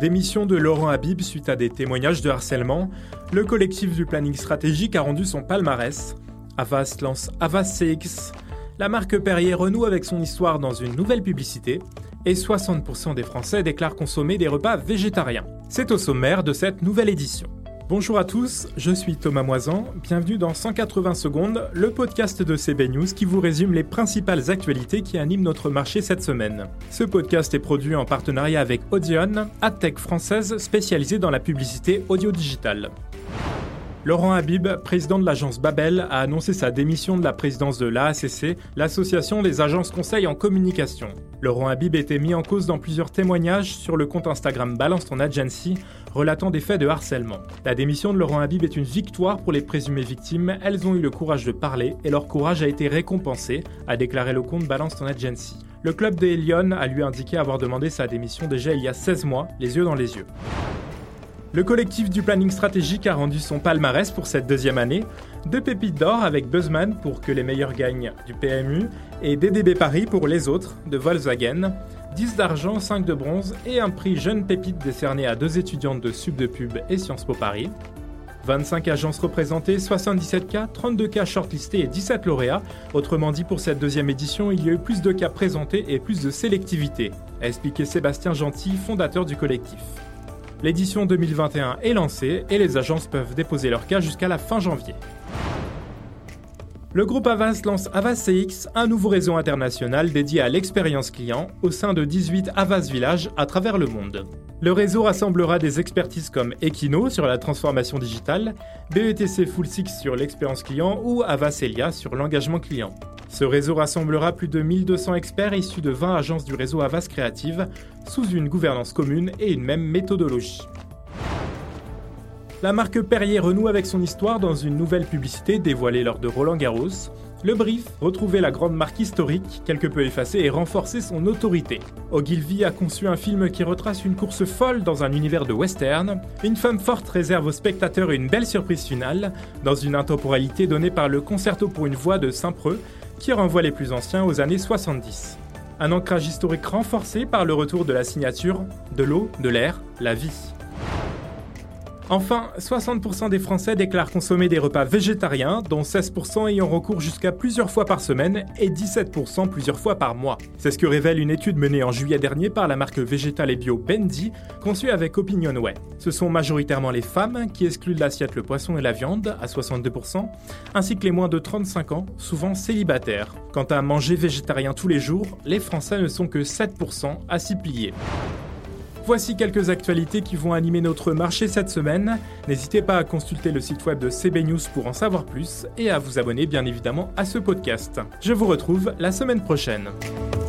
démission de Laurent Habib suite à des témoignages de harcèlement, le collectif du planning stratégique a rendu son palmarès. Havas lance Havas CX, la marque Perrier renoue avec son histoire dans une nouvelle publicité, et 60% des Français déclarent consommer des repas végétariens. C'est au sommaire de cette nouvelle édition. Bonjour à tous, je suis Thomas Moisan, bienvenue dans 180 secondes, le podcast de CB News qui vous résume les principales actualités qui animent notre marché cette semaine. Ce podcast est produit en partenariat avec Audion, adtech française spécialisée dans la publicité audio-digitale. Laurent Habib, président de l'agence Babel, a annoncé sa démission de la présidence de l'AACC, l'association des agences conseils en communication. Laurent Habib était mis en cause dans plusieurs témoignages sur le compte Instagram Balance Ton Agency, relatant des faits de harcèlement. La démission de Laurent Habib est une victoire pour les présumées victimes, elles ont eu le courage de parler et leur courage a été récompensé, a déclaré le compte Balance Ton Agency. Le club des Lyon a lui indiqué avoir demandé sa démission déjà il y a 16 mois, les yeux dans les yeux. Le collectif du planning stratégique a rendu son palmarès pour cette deuxième année, 2 pépites d'or avec Buzzman pour Que les meilleurs gagnent du PMU et DDB Paris pour Les autres de Volkswagen, 10 d'argent, 5 de bronze et un prix Jeune Pépite décerné à 2 étudiantes de Sub de Pub et Sciences Po Paris. 25 agences représentées, 77 cas, 32 cas shortlistés et 17 lauréats. Autrement dit, pour cette deuxième édition, il y a eu plus de cas présentés et plus de sélectivité, a expliqué Sébastien Gentil, fondateur du collectif. L'édition 2021 est lancée et les agences peuvent déposer leur cas jusqu'à la fin janvier. Le groupe Havas lance Havas CX, un nouveau réseau international dédié à l'expérience client au sein de 18 Havas villages à travers le monde. Le réseau rassemblera des expertises comme Equino sur la transformation digitale, BETC Full Six sur l'expérience client ou Havas Elia sur l'engagement client. Ce réseau rassemblera plus de 1200 experts issus de 20 agences du réseau Havas Créative sous une gouvernance commune et une même méthodologie. La marque Perrier renoue avec son histoire dans une nouvelle publicité dévoilée lors de Roland-Garros. Le brief, retrouver la grande marque historique, quelque peu effacée et renforcer son autorité. Ogilvy a conçu un film qui retrace une course folle dans un univers de western. Une femme forte réserve aux spectateurs une belle surprise finale, dans une intemporalité donnée par le concerto pour une voix de Saint-Preux, qui renvoie les plus anciens aux années 70. Un ancrage historique renforcé par le retour de la signature de l'eau, de l'air, la vie. Enfin, 60% des Français déclarent consommer des repas végétariens, dont 16% ayant recours jusqu'à plusieurs fois par semaine et 17% plusieurs fois par mois. C'est ce que révèle une étude menée en juillet dernier par la marque végétale et bio Bendy, conçue avec Opinionway. Ce sont majoritairement les femmes qui excluent de l'assiette le poisson et la viande, à 62%, ainsi que les moins de 35 ans, souvent célibataires. Quant à manger végétarien tous les jours, les Français ne sont que 7% à s'y plier. Voici quelques actualités qui vont animer notre marché cette semaine. N'hésitez pas à consulter le site web de CB News pour en savoir plus et à vous abonner bien évidemment à ce podcast. Je vous retrouve la semaine prochaine.